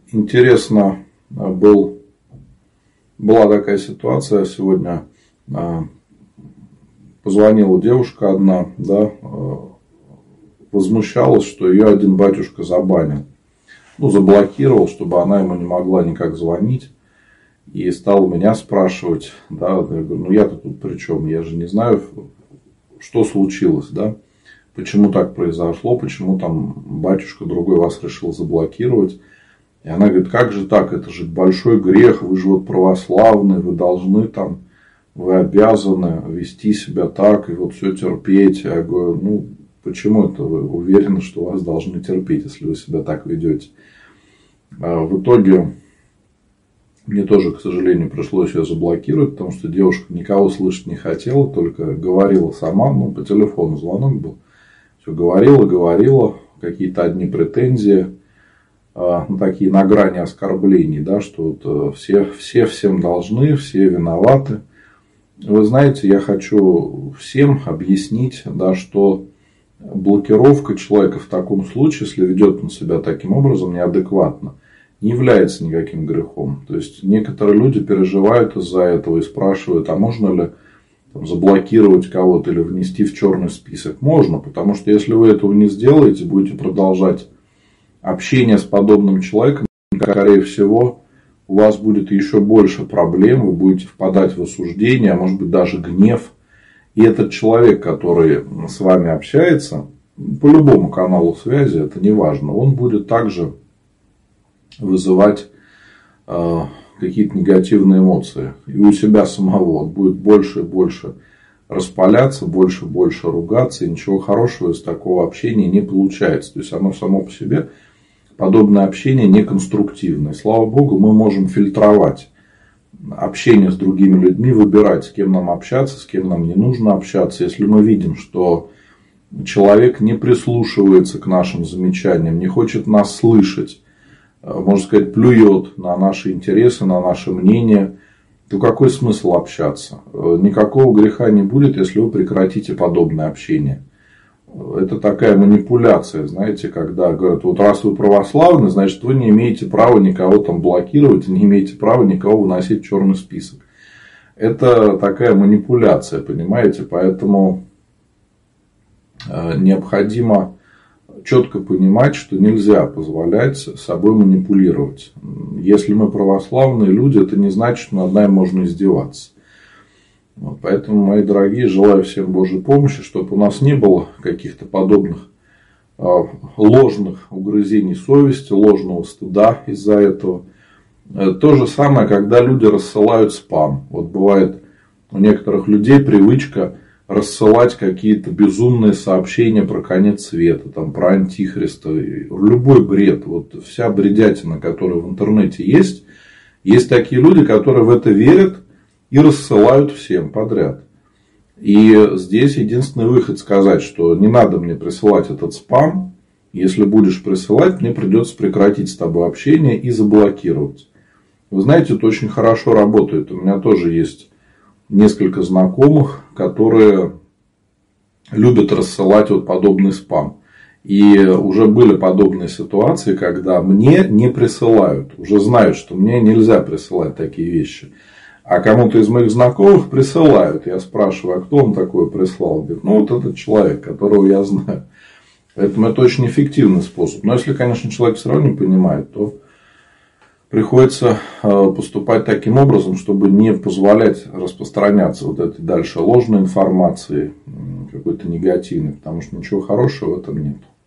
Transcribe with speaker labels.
Speaker 1: интересно, была такая ситуация сегодня. Позвонила девушка одна, да, возмущалась, что ее один батюшка забанил. Заблокировал, чтобы она ему не могла никак звонить. И стала меня спрашивать, да, я говорю, я-то тут при чем? Я же не знаю, что случилось, да. Почему так произошло, почему там батюшка другой вас решил заблокировать. И она говорит, как же так, это же большой грех, вы же вот православные, вы должны там, вы обязаны вести себя так и вот все терпеть. Я говорю, почему это вы уверены, что вас должны терпеть, если вы себя так ведете? В итоге мне тоже, к сожалению, пришлось ее заблокировать, потому что девушка никого слышать не хотела, только говорила сама, по телефону звонок был. Все говорила, какие-то одни претензии, такие на грани оскорблений, да, что вот все всем должны, все виноваты. Вы знаете, я хочу всем объяснить, да, что блокировка человека в таком случае, если ведет он себя таким образом неадекватно, не является никаким грехом. То есть некоторые люди переживают из-за этого и спрашивают, а можно ли заблокировать кого-то или внести в черный список? Можно, потому что если вы этого не сделаете, будете продолжать общение с подобным человеком, скорее всего, у вас будет еще больше проблем, вы будете впадать в осуждение, а может быть даже гнев. И этот человек, который с вами общается, по любому каналу связи, это не важно, он будет также вызывать какие-то негативные эмоции. И у себя самого он будет больше и больше распаляться, больше и больше ругаться. И ничего хорошего из такого общения не получается. То есть оно само по себе, подобное общение, неконструктивное. Слава Богу, мы можем фильтровать общение с другими людьми, выбирать, с кем нам общаться, с кем нам не нужно общаться. Если мы видим, что человек не прислушивается к нашим замечаниям, не хочет нас слышать, можно сказать, плюет на наши интересы, на наше мнение, то какой смысл общаться? Никакого греха не будет, если вы прекратите подобное общение. Это такая манипуляция, знаете, когда говорят, вот раз вы православны, значит, вы не имеете права никого там блокировать, не имеете права никого выносить в черный список. Это такая манипуляция, понимаете, поэтому необходимо четко понимать, что нельзя позволять собой манипулировать. Если мы православные люди, это не значит, что над нами можно издеваться. Поэтому, мои дорогие, желаю всем Божьей помощи, чтобы у нас не было каких-то подобных ложных угрызений совести, ложного стыда из-за этого. То же самое, когда люди рассылают спам. Вот бывает у некоторых людей привычка рассылать какие-то безумные сообщения про конец света, там, про антихриста, любой бред. Вот вся бредятина, которая в интернете есть такие люди, которые в это верят и рассылают всем подряд. И здесь единственный выход сказать, что не надо мне присылать этот спам. Если будешь присылать, мне придется прекратить с тобой общение и заблокировать. Вы знаете, это очень хорошо работает. У меня тоже есть несколько знакомых, которые любят рассылать вот подобный спам. И уже были подобные ситуации, когда мне не присылают. Уже знают, что мне нельзя присылать такие вещи. А кому-то из моих знакомых присылают. Я спрашиваю, а кто он такое прислал? Говорит, вот этот человек, которого я знаю. Поэтому это очень эффективный способ. Но если, конечно, человек все равно не понимает, то приходится поступать таким образом, чтобы не позволять распространяться вот этой дальше ложной информации, какой-то негативной. Потому что ничего хорошего в этом нет.